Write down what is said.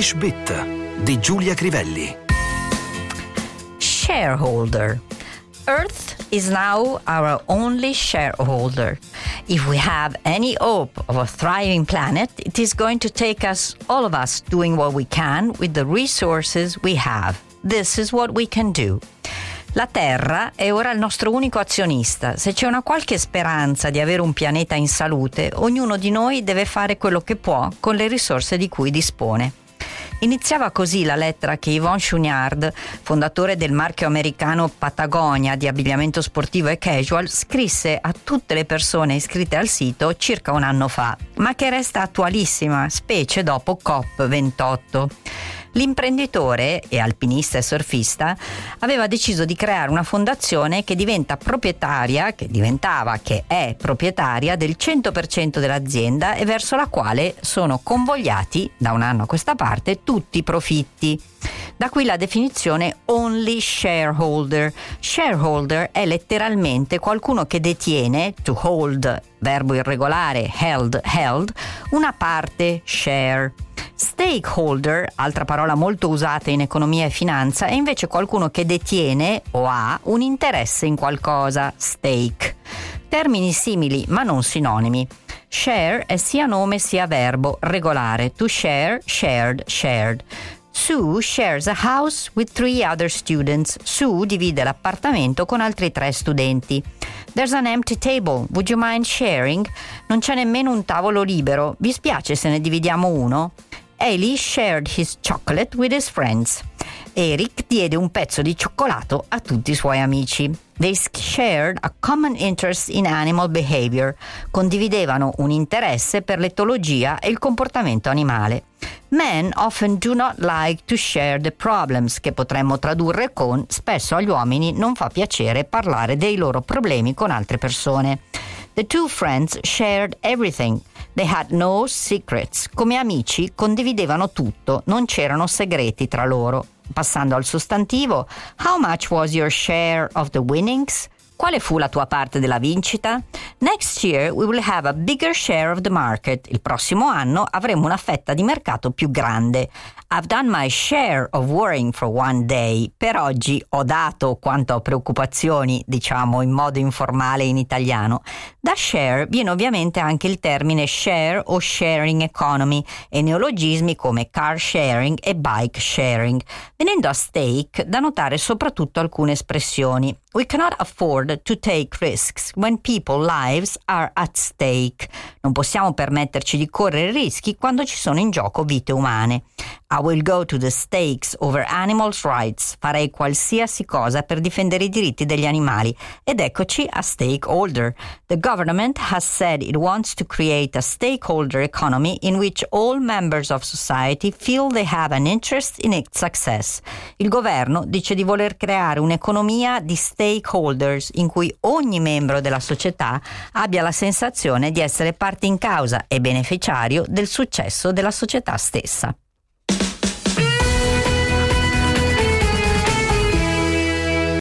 English Bit di Giulia Crivelli. Shareholder. Earth is now our only shareholder. If we have any hope of a thriving planet, it is going to take all of us doing what we can with the resources we have. This is what we can do. La Terra è ora il nostro unico azionista. Se c'è una qualche speranza di avere un pianeta in salute, ognuno di noi deve fare quello che può con le risorse di cui dispone. Iniziava così la lettera che Yvon Chouinard, fondatore del marchio americano Patagonia di abbigliamento sportivo e casual, scrisse a tutte le persone iscritte al sito circa un anno fa, ma che resta attualissima, specie dopo COP28. L'imprenditore e alpinista e surfista aveva deciso di creare una fondazione che è proprietaria del 100% dell'azienda e verso la quale sono convogliati da un anno a questa parte tutti i profitti. Da qui la definizione only shareholder. Shareholder è letteralmente qualcuno che detiene, to hold, verbo irregolare, held, una parte, share. Stakeholder, altra parola molto usata in economia e finanza, è invece qualcuno che detiene o ha un interesse in qualcosa, stake. Termini simili ma non sinonimi. Share è sia nome sia verbo, regolare. To share, shared, shared. Sue shares a house with 3 other students. Sue divide l'appartamento con altri 3 studenti. There's an empty table. Would you mind sharing? Non c'è nemmeno un tavolo libero. Vi spiace se ne dividiamo uno? Eli shared his chocolate with his friends. Eric diede un pezzo di cioccolato a tutti i suoi amici. They shared a common interest in animal behavior. Condividevano un interesse per l'etologia e il comportamento animale. Men often do not like to share the problems, che potremmo tradurre con spesso agli uomini non fa piacere parlare dei loro problemi con altre persone. The 2 friends shared everything. They had no secrets. Come amici condividevano tutto, non c'erano segreti tra loro. Passando al sostantivo, how much was your share of the winnings? Quale fu la tua parte della vincita? Next year we will have a bigger share of the market. Il prossimo anno avremo una fetta di mercato più grande. I've done my share of worrying for one day. Per oggi ho dato quanto a preoccupazioni, diciamo in modo informale in italiano. Da share viene ovviamente anche il termine share o sharing economy e neologismi come car sharing e bike sharing. Venendo a stake, da notare soprattutto alcune espressioni. We cannot afford to take risks when people's lives are at stake. Non possiamo permetterci di correre rischi quando ci sono in gioco vite umane. I will go to the stakes over animals' rights. Farei qualsiasi cosa per difendere i diritti degli animali. Ed eccoci a stakeholder. The government has said it wants to create a stakeholder economy in which all members of society feel they have an interest in its success. Il governo dice di voler creare un'economia di stakeholders in cui ogni membro della società abbia la sensazione di essere parte in causa e beneficiario del successo della società stessa.